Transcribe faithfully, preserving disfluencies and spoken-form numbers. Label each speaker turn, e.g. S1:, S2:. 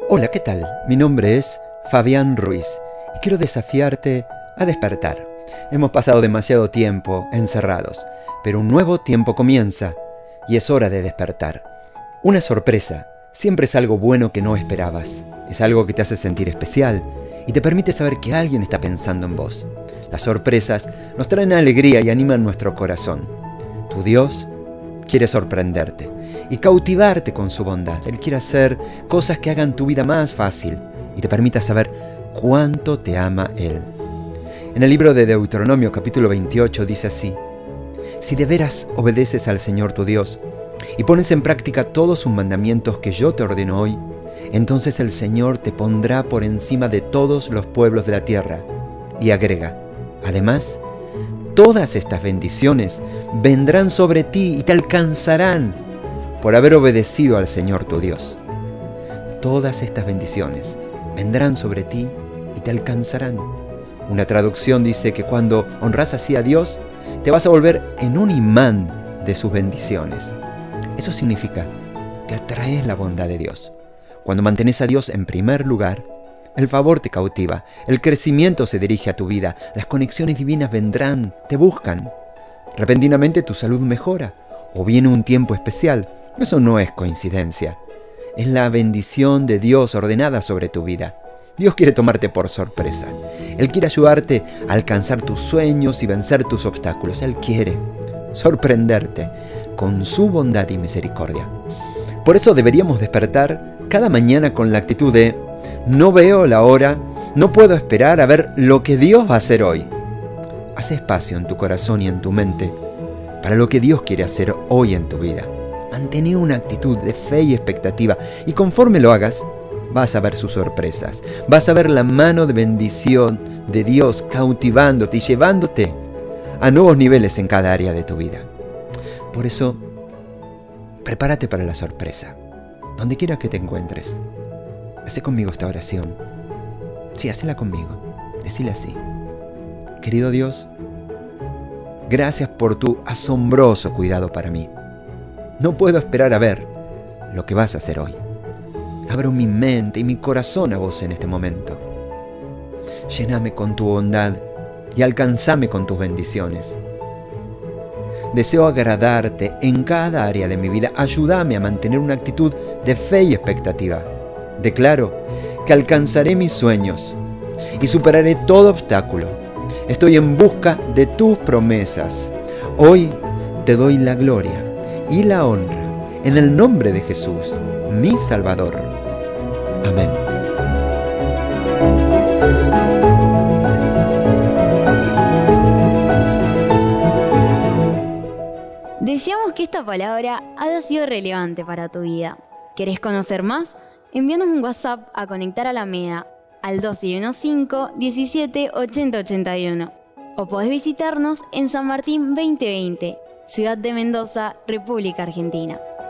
S1: Hola, ¿qué tal? Mi nombre es Fabián Ruiz y quiero desafiarte a despertar. Hemos pasado demasiado tiempo encerrados, pero un nuevo tiempo comienza y es hora de despertar. Una sorpresa siempre es algo bueno que no esperabas. Es algo que te hace sentir especial y te permite saber que alguien está pensando en vos. Las sorpresas nos traen alegría y animan nuestro corazón. Tu Dios quiere sorprenderte y cautivarte con su bondad. Él quiere hacer cosas que hagan tu vida más fácil y te permita saber cuánto te ama Él. En el libro de Deuteronomio capítulo veintiocho dice así: si de veras obedeces al Señor tu Dios y pones en práctica todos sus mandamientos que yo te ordeno hoy, entonces el Señor te pondrá por encima de todos los pueblos de la tierra. Y agrega, además, todas estas bendiciones vendrán sobre ti y te alcanzarán por haber obedecido al Señor tu Dios. Todas estas bendiciones vendrán sobre ti y te alcanzarán. Una traducción dice que cuando honras así a Dios, te vas a volver en un imán de sus bendiciones. Eso significa que atraes la bondad de Dios. Cuando mantienes a Dios en primer lugar, el favor te cautiva, el crecimiento se dirige a tu vida, las conexiones divinas vendrán, te buscan. Repentinamente tu salud mejora, o viene un tiempo especial. Eso no es coincidencia. Es la bendición de Dios ordenada sobre tu vida. Dios quiere tomarte por sorpresa. Él quiere ayudarte a alcanzar tus sueños y vencer tus obstáculos. Él quiere sorprenderte con su bondad y misericordia. Por eso deberíamos despertar cada mañana con la actitud de: no veo la hora, no puedo esperar a ver lo que Dios va a hacer hoy. Haz espacio en tu corazón y en tu mente para lo que Dios quiere hacer hoy en tu vida. Mantén una actitud de fe y expectativa, y conforme lo hagas, vas a ver sus sorpresas. Vas a ver la mano de bendición de Dios cautivándote y llevándote a nuevos niveles en cada área de tu vida. Por eso, prepárate para la sorpresa, donde quiera que te encuentres. Hacé conmigo esta oración. Sí, hacela conmigo. Decile así: querido Dios, gracias por tu asombroso cuidado para mí. No puedo esperar a ver lo que vas a hacer hoy. Abro mi mente y mi corazón a vos en este momento. Lléname con tu bondad y alcanzame con tus bendiciones. Deseo agradarte en cada área de mi vida. Ayúdame a mantener una actitud de fe y expectativa. Declaro que alcanzaré mis sueños y superaré todo obstáculo. Estoy en busca de tus promesas. Hoy te doy la gloria y la honra en el nombre de Jesús, mi Salvador. Amén.
S2: Deseamos que esta palabra haya sido relevante para tu vida. ¿Querés conocer más? Envíanos un WhatsApp a Conectar Alameda al dos seis uno cinco, diecisiete, ochenta, ochenta y uno. O podés visitarnos en San Martín veinte veinte, Ciudad de Mendoza, República Argentina.